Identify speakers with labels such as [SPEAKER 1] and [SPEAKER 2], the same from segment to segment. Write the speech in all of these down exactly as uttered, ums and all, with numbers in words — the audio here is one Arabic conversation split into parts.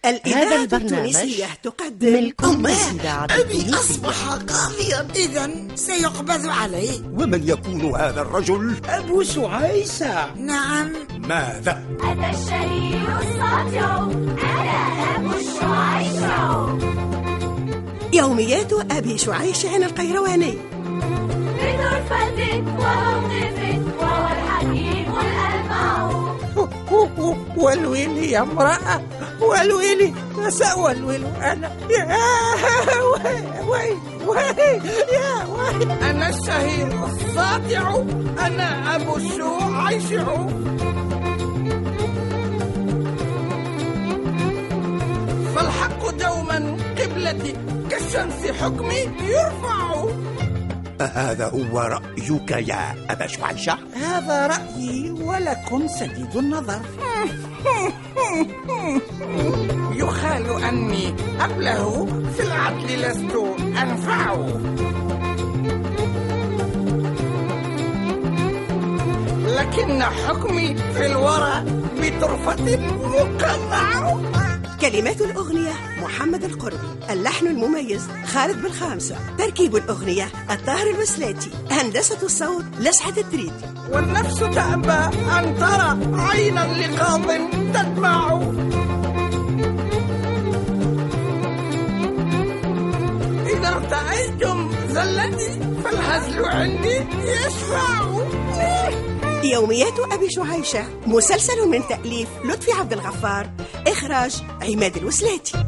[SPEAKER 1] هذا البرنامج
[SPEAKER 2] تقدم
[SPEAKER 1] ملكم الإذاعة
[SPEAKER 2] أبي أصبح قاضيا، إذن سيقبض عليه.
[SPEAKER 3] ومن يكون هذا الرجل؟
[SPEAKER 2] أبو شعيشة. نعم.
[SPEAKER 3] ماذا؟
[SPEAKER 4] أنا الشهير الساطع، أنا أبو شعيشة.
[SPEAKER 2] يوميات أبي شعيشة القيرواني.
[SPEAKER 4] بطرفة وموقف وهو الحكيم الألمع.
[SPEAKER 2] والويل يا امرأة، والويل، سأولول أنا. يا وي وي يا وي. أنا الشهير الساطع، أنا أبو شعيشة. فالحق دوما قبلتي، كالشمس حكمي يرفع.
[SPEAKER 3] أهذا هو رأيك يا أبا شعيشة؟
[SPEAKER 2] هذا رأيي ولكم سديد النظر. يخال أني أبله في العدل، لست أنفع. لكن حكمي في الورى بطرفة مقنع. كلمات الأغنية محمد القربي، اللحن المميز خالد بالخامسة، تركيب الأغنية الطاهر الوسلاتي، هندسة الصوت لسعة التريدي. والنفس تأبى أن ترى عينا لقاض تدمع. إذا ارتأيتم زلتي فالهزل عندي يشفع. يوميات أبي شعيشة مسلسل من تأليف لطفي عبد الغفار، إخراج عماد الوسلاتي.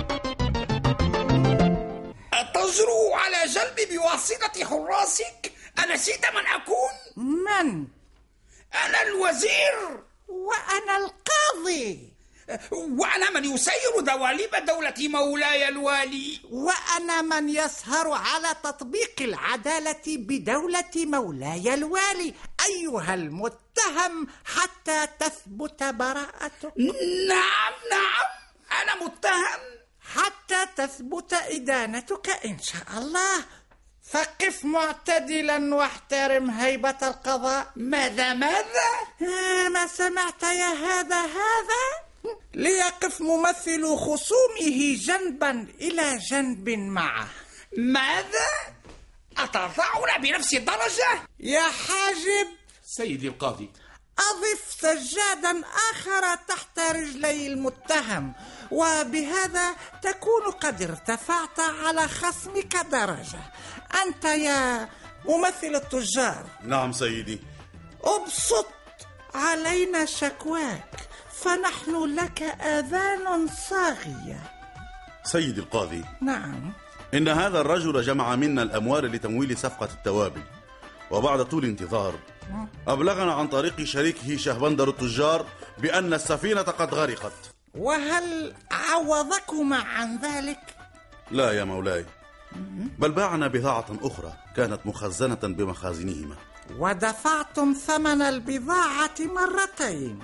[SPEAKER 5] أتجرؤ على جلبي بواسطة حراسك؟ أنسيت من أكون؟
[SPEAKER 2] من؟
[SPEAKER 5] أنا الوزير.
[SPEAKER 2] وأنا القاضي.
[SPEAKER 5] وأنا من يسير دواليب دولة مولاي الوالي.
[SPEAKER 2] وأنا من يسهر على تطبيق العدالة بدولة مولاي الوالي أيها المتهم حتى تثبت براءتك.
[SPEAKER 5] نعم نعم، أنا متهم
[SPEAKER 2] حتى تثبت إدانتك إن شاء الله. فقف معتدلا واحترم هيبة القضاء.
[SPEAKER 5] ماذا ماذا؟
[SPEAKER 2] آه ما سمعت يا هذا هذا؟ ليقف ممثل خصومه جنبا إلى جنب معه.
[SPEAKER 5] ماذا؟ أترفعنا بنفس الدرجة؟
[SPEAKER 2] يا حاجب
[SPEAKER 6] سيدي القاضي،
[SPEAKER 2] أضف سجادا آخر تحت رجلي المتهم، وبهذا تكون قد ارتفعت على خصمك درجة. أنت يا ممثل التجار.
[SPEAKER 6] نعم سيدي.
[SPEAKER 2] أبسط علينا شكواك، فنحن لك آذان صاغية.
[SPEAKER 6] سيدي القاضي.
[SPEAKER 2] نعم.
[SPEAKER 6] إن هذا الرجل جمع منا الأموال لتمويل صفقة التوابل، وبعد طول انتظار أبلغنا عن طريق شريكه شهبندر التجار بأن السفينة قد غرقت.
[SPEAKER 2] وهل عوضكما عن ذلك؟
[SPEAKER 6] لا يا مولاي، بل باعنا بضاعة أخرى كانت مخزنة بمخازنهما.
[SPEAKER 2] ودفعتم ثمن البضاعة مرتين.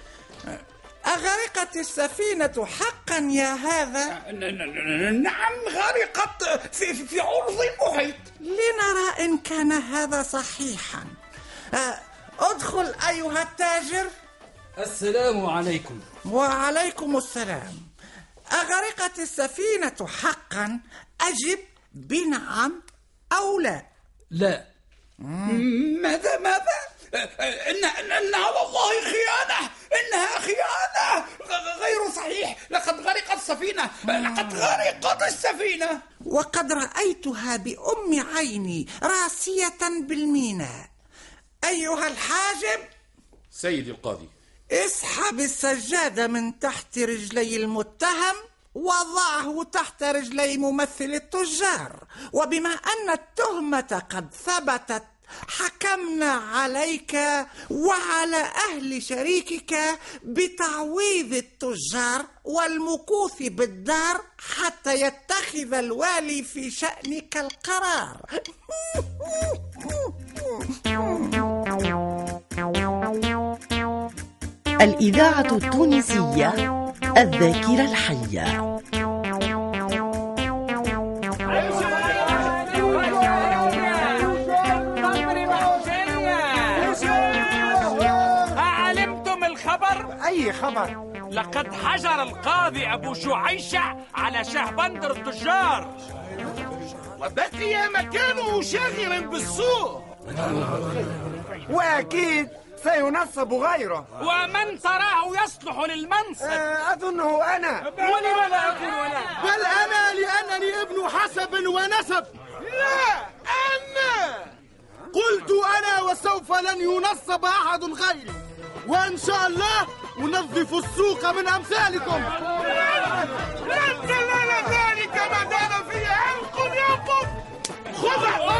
[SPEAKER 2] أغرقت السفينة حقا يا هذا؟
[SPEAKER 5] نعم غرقت في, في عرض المحيط.
[SPEAKER 2] لنرى إن كان هذا صحيحا. ادخل أيها التاجر.
[SPEAKER 7] السلام عليكم.
[SPEAKER 2] وعليكم السلام. أغرقت السفينة حقا؟ أجب بنعم أو لا.
[SPEAKER 7] لا.
[SPEAKER 5] ماذا ماذا؟ إن إنها والله خيانة، إنها خيانة غير صحيح. لقد غرقت السفينة، لقد غرقت السفينة.
[SPEAKER 2] وقد رأيتها بأم عيني راسية بالميناء. أيها الحاجب.
[SPEAKER 6] سيدي القاضي.
[SPEAKER 2] اسحب السجادة من تحت رجلي المتهم وضعه تحت رجلي ممثل التجار. وبما أن التهمة قد ثبتت حكمنا عليك وعلى أهل شريكك بتعويض التجار والمكوث بالدار حتى يتخذ الوالي في شأنك القرار.
[SPEAKER 1] الإذاعة التونسية الذاكرة الحية.
[SPEAKER 8] أعلمتم الخبر؟
[SPEAKER 9] أي خبر؟
[SPEAKER 8] لقد حجر القاضي أبو شعيشة على شهبندر التجار
[SPEAKER 9] وبقي مكانه شاغرا بالسوق،
[SPEAKER 10] وأكيد سينصب غيره.
[SPEAKER 8] ومن تراه يصلح للمنصب؟
[SPEAKER 10] أظنه أنا.
[SPEAKER 8] ولم لا أكون أنا؟
[SPEAKER 9] بل أنا لأنني ابن حسب ونسب. لا، أنا قلت أنا، وسوف لن ينصب أحد غيري، وإن شاء الله أنظف السوق من أمثالكم. لن تنال ذلك ما دام في عرق ينقض. خذ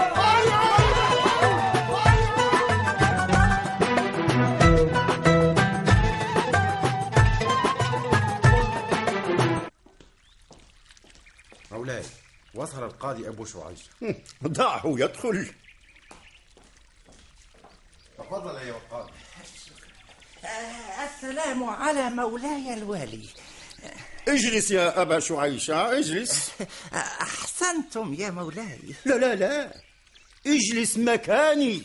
[SPEAKER 3] مولاي، وصل القاضي أبو شعيشة.
[SPEAKER 11] دعه يدخل.
[SPEAKER 3] تفضل أيها القاضي.
[SPEAKER 2] السلام على مولاي الوالي.
[SPEAKER 11] اجلس يا أبا شعيشة، اجلس.
[SPEAKER 2] أحسنتم يا مولاي.
[SPEAKER 11] لا لا لا، اجلس مكاني.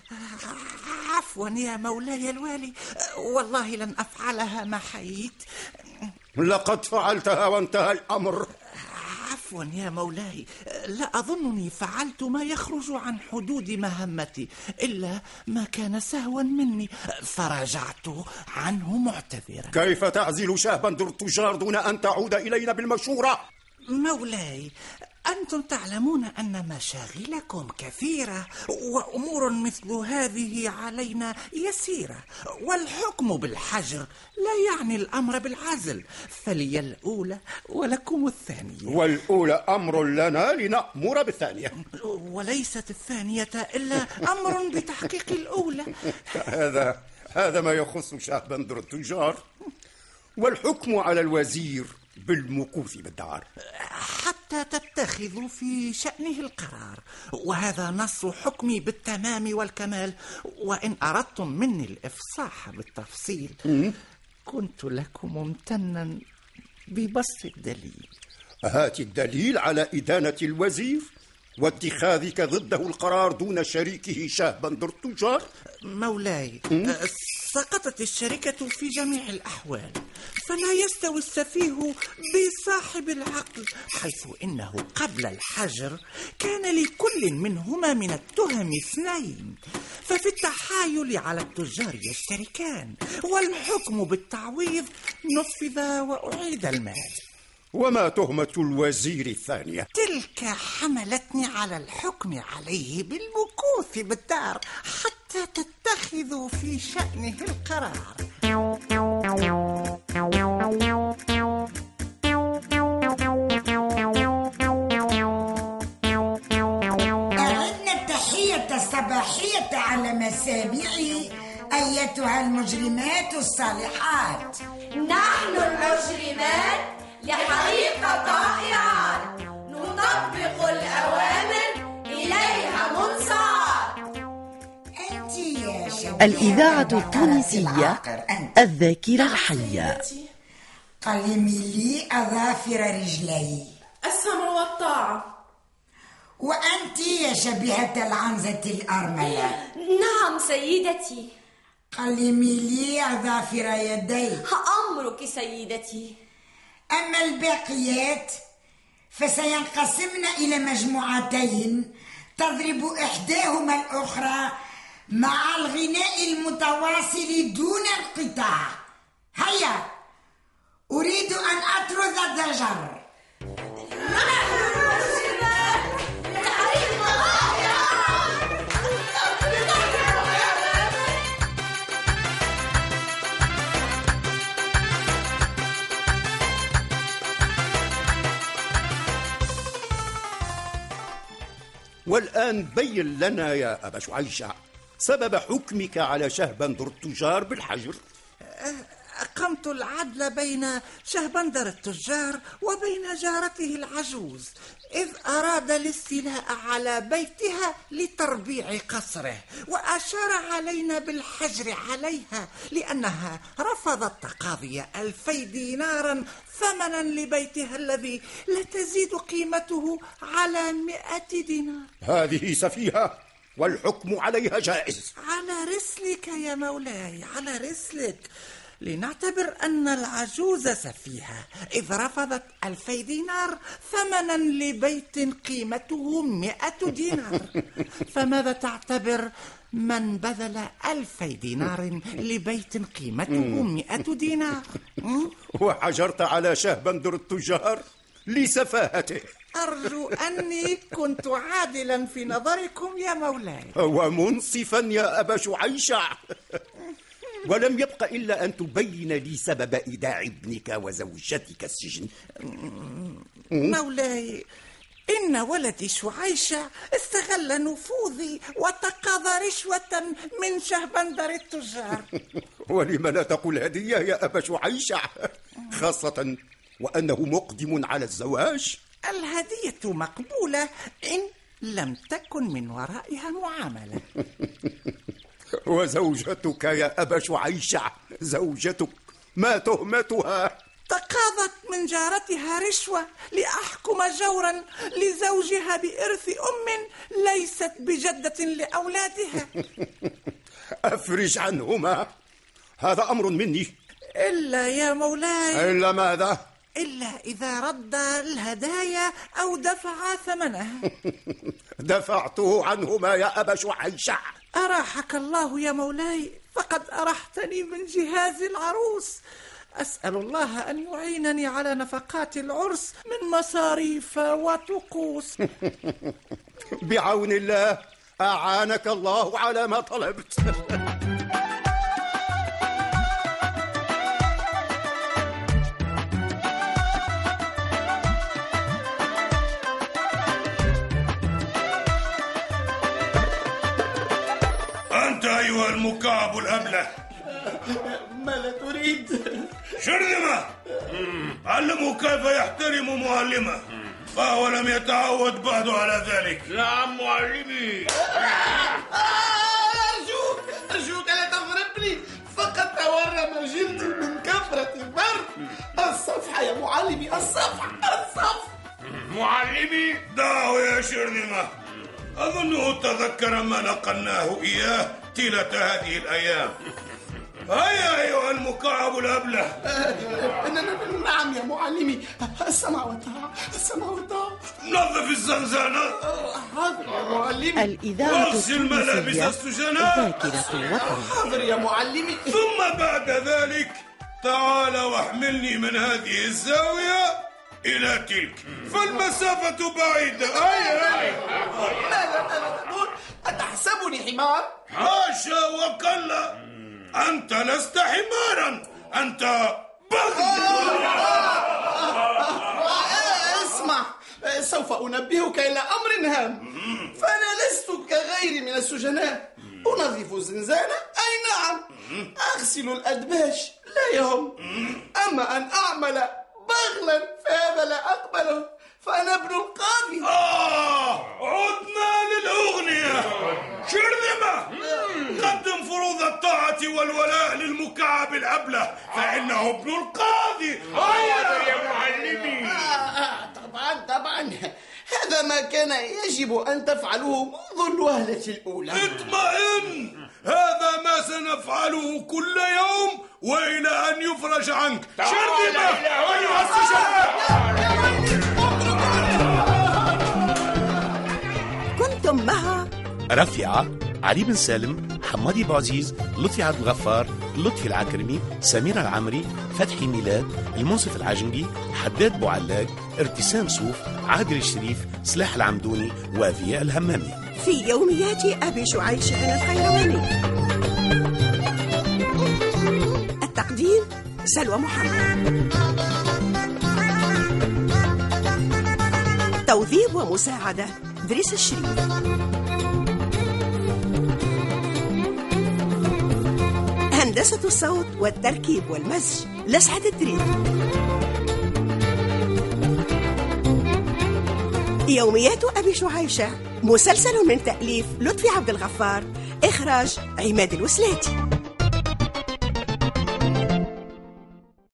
[SPEAKER 2] عفوا يا مولاي الوالي، والله لن أفعلها ما حييت.
[SPEAKER 11] لقد فعلتها وانتهى الأمر.
[SPEAKER 2] عفوا يا مولاي، لا أظنني فعلت ما يخرج عن حدود مهمتي، إلا ما كان سهوا مني فراجعت عنه معتذرا.
[SPEAKER 11] كيف تعزل شهبندر التجار دون أن تعود إلينا بالمشورة؟
[SPEAKER 2] مولاي، أنتم تعلمون أن مشاغلكم كثيرة، وأمور مثل هذه علينا يسيرة، والحكم بالحجر لا يعني الأمر بالعزل، فلي الأولى ولكم الثانية.
[SPEAKER 11] والأولى أمر لنا لنأمر بالثانية،
[SPEAKER 2] وليست الثانية إلا أمر بتحقيق الأولى.
[SPEAKER 11] هذا هذا ما يخص شهبندر التجار، والحكم على الوزير بالمكوث بالدار
[SPEAKER 2] حتى تتخذوا في شأنه القرار، وهذا نص حكمي بالتمام والكمال. وإن أردتم مني الإفصاح بالتفصيل كنت لكم ممتنا ببسط الدليل.
[SPEAKER 11] هات الدليل على إدانة الوزير واتخاذك ضده القرار دون شريكه شهبندر التجار.
[SPEAKER 2] مولاي، سقطت الشركة في جميع الأحوال، فلا يستوي السفيه بصاحب العقل، حيث إنه قبل الحجر كان لكل منهما من التهم اثنين، ففي التحايل على التجار يشتركان، والحكم بالتعويض نفذ وأعيد المال.
[SPEAKER 11] وما تهمة الوزير الثانية؟
[SPEAKER 2] تلك حملتني على الحكم عليه بالمكوث بالدار حتى تتخذوا في شأنه القرار.
[SPEAKER 12] أردنا التحية الصباحية على مسامعي أيتها المجرمات الصالحات.
[SPEAKER 4] نحن المجرمات لحقيقة طائعات، نطبق الأوامر إليها منصات.
[SPEAKER 12] أنت يا شباب
[SPEAKER 1] الإذاعة التونسية الذاكرة الحية.
[SPEAKER 12] قلمي لي أظافر رجلي.
[SPEAKER 13] السمع والطاعة.
[SPEAKER 12] وأنت يا شبيهة العنزة الأرملة.
[SPEAKER 13] نعم سيدتي.
[SPEAKER 12] قلمي لي أظافر يدي.
[SPEAKER 13] أمرك سيدتي.
[SPEAKER 12] أما الباقيات فسينقسمن إلى مجموعتين تضرب إحداهما الأخرى مع الغناء المتواصل دون انقطاع. هيا، أريد أن أطرد الضجر.
[SPEAKER 11] والآن بين لنا يا أبا شعيشة سبب حكمك على شهبندر التجار بالحجر.
[SPEAKER 2] أقمت العدل بين شهبندر التجار وبين جارته العجوز، إذ أراد الاستيلاء على بيتها لتربيع قصره، وأشار علينا بالحجر عليها لأنها رفضت تقاضي ألفي دينارا ثمنا لبيتها الذي لا تزيد قيمته على مئة دينار.
[SPEAKER 11] هذه سفيهة والحكم عليها جائز.
[SPEAKER 2] على رسلك يا مولاي، على رسلك. لنعتبر أن العجوز سفيهة إذ رفضت ألفي دينار ثمنا لبيت قيمته مئة دينار، فماذا تعتبر من بذل ألفي دينار لبيت قيمته مئة دينار؟
[SPEAKER 11] وحجرت على شهبندر التجار لسفاهته.
[SPEAKER 2] أرجو أني كنت عادلا في نظركم يا مولاي
[SPEAKER 11] ومنصفا يا أبا شعيشع. ولم يبق إلا أن تبين لي سبب إيداع ابنك وزوجتك السجن.
[SPEAKER 2] مولاي، إن ولدي شعيشع استغل نفوذي وتقاضى رشوة من شهبندر التجار.
[SPEAKER 11] ولم لا تقل هدية يا أبا شعيشع، خاصة وأنه مقدم على الزواج؟
[SPEAKER 2] الهدية مقبولة إن لم تكن من ورائها معاملة.
[SPEAKER 11] وزوجتك يا أبا شعيشع، زوجتك ما تهمتها؟
[SPEAKER 2] تقاضت من جارتها رشوة لأحكم جورا لزوجها بإرث أم ليست بجدة لأولادها.
[SPEAKER 11] أفرج عنهما، هذا أمر مني.
[SPEAKER 2] إلا يا مولاي.
[SPEAKER 11] إلا ماذا؟
[SPEAKER 2] إلا إذا رد الهدايا أو دفع ثمنها.
[SPEAKER 11] دفعته عنهما يا أبا شعيشع.
[SPEAKER 2] أراحك الله يا مولاي، فقد أرحتني من جهاز العروس. أسأل الله أن يعينني على نفقات العرس من مصاريف وطقوس.
[SPEAKER 11] بعون الله أعانك الله على ما طلبت.
[SPEAKER 14] أنت أيها المكعب الأبله،
[SPEAKER 9] ماذا تريد؟
[SPEAKER 14] شرذمة، علمه كيف يحترم معلمه، فهو لم يتعود بعد على ذلك.
[SPEAKER 5] نعم معلمي.
[SPEAKER 9] أرجوك أرجوك لا تضربني، فقد تورم جلدي من كثرة الضرب. الصفحة يا معلمي، الصفحة الصفحة.
[SPEAKER 14] معلمي، دعه يا شرذمة، أظنه تذكر ما نقلناه إياه طيلة هذه الأيام. هيا أيها المكعب الأبله.
[SPEAKER 9] نعم يا معلمي، السمع والطاعة، السمع والطاعة.
[SPEAKER 14] نظف الزنزانة.
[SPEAKER 9] حاضر يا معلمي.
[SPEAKER 1] الإذاعة
[SPEAKER 14] واغسل ملابس السجناء.
[SPEAKER 1] ذاكرة الوطن.
[SPEAKER 9] حاضر يا معلمي.
[SPEAKER 14] ثم بعد ذلك تعال واحملني من هذه الزاوية إلى تلك، فالمسافة بعيدة. أي أي
[SPEAKER 9] ماذا ماذا تقول؟ أتحسبني حمار؟
[SPEAKER 14] حاشا وكلا، أنت لست حمارا، أنت بغل.
[SPEAKER 9] اسمع، سوف أنبهك إلى أمر هام. فأنا لست كغيري من السجناء، أنظف الزنزانة، أي نعم، أغسل الأدباش، لا يهم. أما أن أعمل بغلا فهذا لا أقبله، فأنا ابن القاضي.
[SPEAKER 14] آه، عدنا للأغنية. شرذمة، قدم فروض الطاعة والولاء للمكعب الأبله، فإنه ابن القاضي.
[SPEAKER 5] هيا يا معلمي.
[SPEAKER 9] آه آه طبعا طبعا، هذا ما كان يجب أن تفعله منذ الوهلة الأولى.
[SPEAKER 14] اطمئن، هذا ما سنفعله كل يوم وإلى أن يفرج عنك. شرذمة أيها السجناء.
[SPEAKER 1] كنتم مع
[SPEAKER 15] رفيعة، علي بن سالم، حمادي بوعزيز، لطفي عبد الغفار، لطفي العكرمي، سميرة العمري، فتحي ميلاد، المنصف العجنجي، حداد بوعلاق، ابتسام صوف، عادل الشريف، سلاح العمدوني، وفياء الهمامي.
[SPEAKER 1] في يوميات أبي شعيشع الخيرواني. التقديم سلوى محمد. توظيف ومساعدة دريس الشريف. هندسة الصوت والتركيب والمزج لسعد الدريد. يوميات أبي شعيشع مسلسل من تأليف لطفي عبد الغفار، إخراج عماد الوسلاتي.